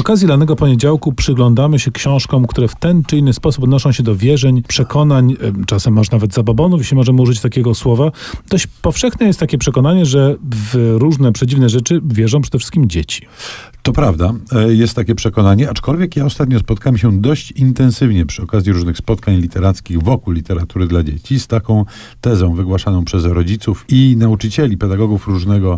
okazji Lanego Poniedziałku przyglądamy się książkom, które w ten czy inny sposób odnoszą się do wierzeń, przekonań, czasem może nawet zabobonów, jeśli możemy użyć takiego słowa. Dość powszechne jest takie przekonanie, że w różne przedziwne rzeczy wierzą przede wszystkim dzieci. To prawda, jest takie przekonanie, aczkolwiek ja ostatnio spotkałem się dość intensywnie przy okazji różnych spotkań literackich wokół literatury dla dzieci z taką tezą wygłaszaną przez rodziców i nauczycieli, pedagogów różnego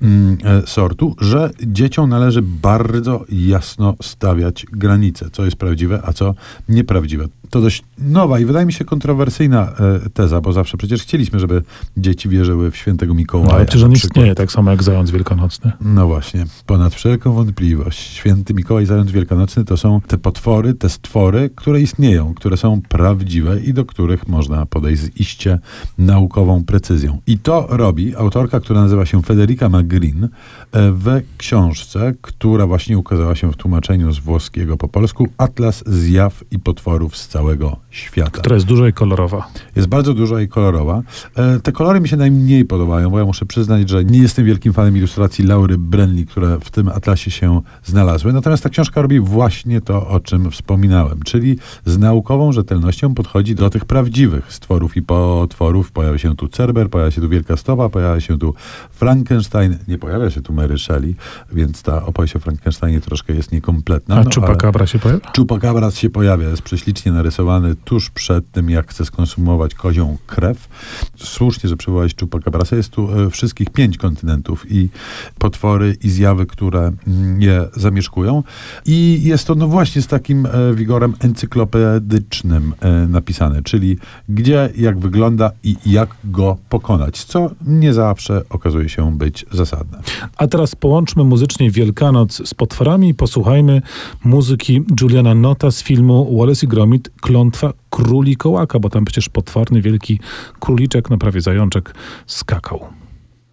sortu, że dzieciom należy bardzo jasno stawiać granice, co jest prawdziwe, a co nieprawdziwe. To dość nowa i wydaje mi się kontrowersyjna teza, bo zawsze przecież chcieliśmy, żeby dzieci wierzyły w świętego Mikołaja. Ale przecież on istnieje, tak samo jak zając wielkanocny. No właśnie, ponad wszelką wątpliwość. Święty Mikołaj, zając wielkanocny to są te potwory, te stwory, które istnieją, które są prawdziwe i do których można podejść z iście naukową precyzją. I to robi autorka, która nazywa się Federica Magrin w książce, która właśnie ukazała się w tłumaczeniu z włoskiego po polsku, Atlas zjaw i potworów z całego świata. Która jest duża i kolorowa. Jest bardzo duża i kolorowa. Te kolory mi się najmniej podobają, bo ja muszę przyznać, że nie jestem wielkim fanem ilustracji Laury Brenli, które w tym atlasie się znalazły. Natomiast ta książka robi właśnie to, o czym wspominałem, czyli z naukową rzetelnością podchodzi do tych prawdziwych stworów i potworów. Pojawia się tu Cerber, pojawia się tu Wielka Stopa, pojawia się tu Frankenstein, nie pojawia się tu Mary Shelley, więc ta opowieść o Frankensteinie troszkę jest niekompletna. A Chupacabra się pojawia? Chupacabra się pojawia, jest prześlicznie narysowany tuż przed tym, jak chce skonsumować kozią krew. Słusznie, że przywołałeś Chupacabrasa. Jest tu wszystkich 5 kontynentów i potwory i zjawy, które je zamieszkują. I jest to no właśnie z takim wigorem encyklopedycznym napisane, czyli gdzie, jak wygląda i jak go pokonać, co nie zawsze okazuje się być zasadne. A teraz połączmy muzycznie Wielkanoc z potworami i posłuchajmy muzyki Juliana Nota z filmu Wallace i Gromit, Klątwa Królikołaka, bo tam przecież potworny wielki króliczek, no prawie zajączek, skakał.